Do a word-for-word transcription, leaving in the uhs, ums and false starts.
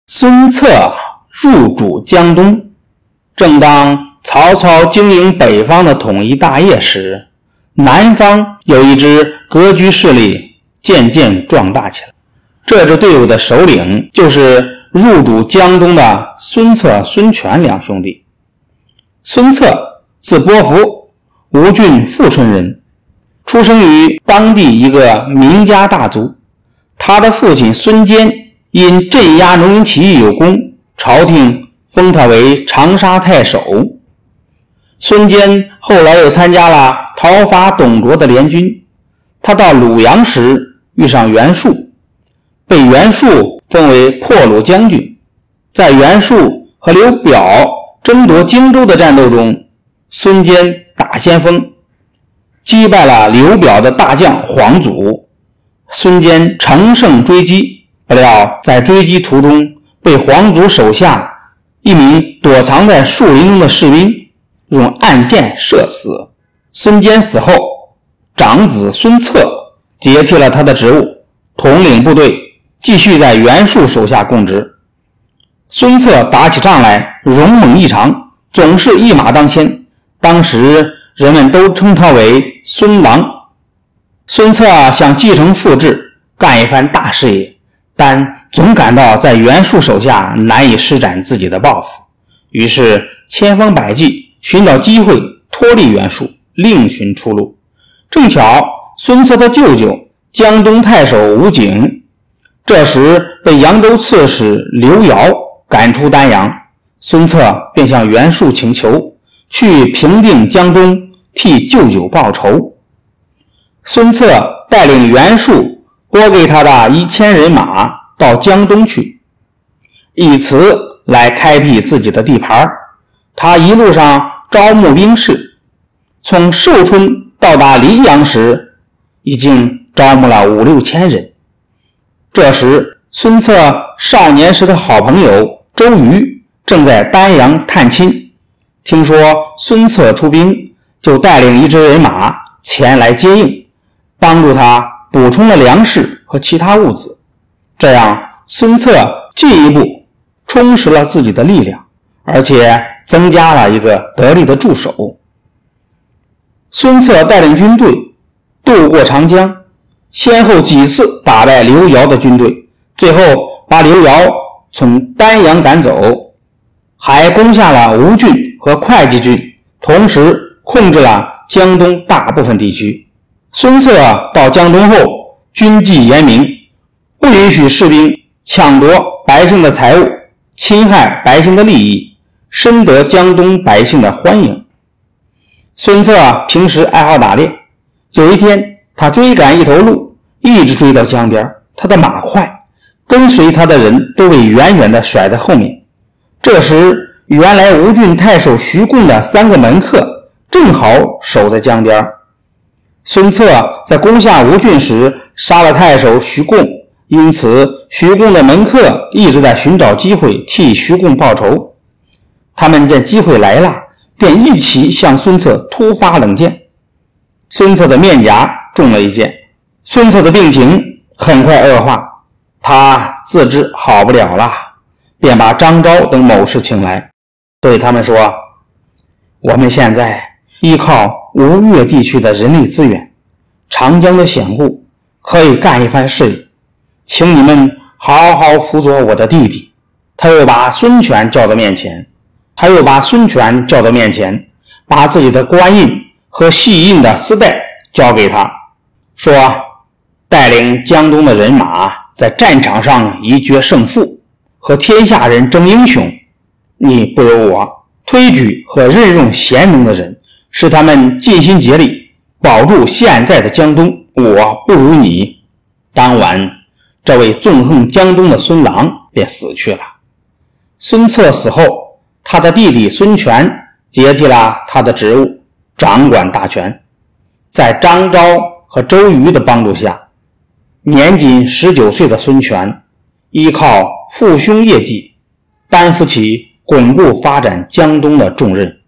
孙策入主江东。正当曹操经营北方的统一大业时，南方有一支割据势力渐渐壮大起来。这支队伍的首领就是入主江东的孙策、孙权两兄弟。孙策字伯符，吴郡富春人，出生于当地一个名家大族。他的父亲孙坚因镇压农民起义有功，朝廷封他为长沙太守。孙坚后来又参加了讨伐董卓的联军，他到鲁阳时遇上袁术，被袁术封为破虏将军。在袁术和刘表争夺荆州的战斗中，孙坚打先锋，击败了刘表的大将黄祖。孙坚乘胜追击，不料在追击途中被黄祖手下一名躲藏在树林中的士兵用暗箭射死。孙坚死后，长子孙策接替了他的职务，统领部队，继续在袁术手下供职。孙策打起仗来勇猛异常，总是一马当先，当时人们都称他为孙郎。孙策想继承父志，干一番大事业，但总感到在袁术手下难以施展自己的抱负，于是千方百计寻找机会脱离袁术，另寻出路。正巧孙策的舅舅江东太守吴景这时被扬州刺史刘繇赶出丹阳，孙策便向袁术请求去平定江东，替舅舅报仇。孙策带领袁术拨给他的一千人马到江东去，以此来开辟自己的地盘。他一路上招募兵士，从寿春到达黎阳时已经招募了五六千人。这时孙策少年时的好朋友周瑜正在丹阳探亲，听说孙策出兵，就带领一支人马前来接应，帮助他补充了粮食和其他物资。这样孙策进一步充实了自己的力量，而且增加了一个得力的助手。孙策带领军队渡过长江，先后几次打败刘繇的军队，最后把刘繇从丹阳赶走，还攻下了吴郡和会稽郡，同时控制了江东大部分地区。孙策到江东后，军纪严明，不允许士兵抢夺百姓的财物，侵害百姓的利益，深得江东百姓的欢迎。孙策平时爱好打猎，有一天他追赶一头鹿，一直追到江边，他的马快，跟随他的人都被远远地甩在后面。这时原来吴郡太守徐贡的三个门客正好守在江边。孙策在攻下吴郡时杀了太守徐贡，因此徐贡的门客一直在寻找机会替徐贡报仇。他们见机会来了，便一起向孙策突发冷箭。孙策的面颊中了一箭，孙策的病情很快恶化，他自知好不了了，便把张昭等谋士请来，对他们说：我们现在依靠吴越地区的人力资源，长江的险固，可以干一番事业，请你们好好辅佐我的弟弟。他又把孙权叫到面前，他又把孙权叫到面前，把自己的官印和细印的丝带交给他，说：带领江东的人马在战场上一决胜负，和天下人争英雄，你不如我，推举和任用贤能的人，使他们尽心竭力保住现在的江东，我不如你。当晚这位纵横江东的孙郎便死去了。孙策死后，他的弟弟孙权接替了他的职务，掌管大权。在张昭和周瑜的帮助下，年仅十九岁的孙权依靠父兄业绩，担负起巩固发展江东的重任。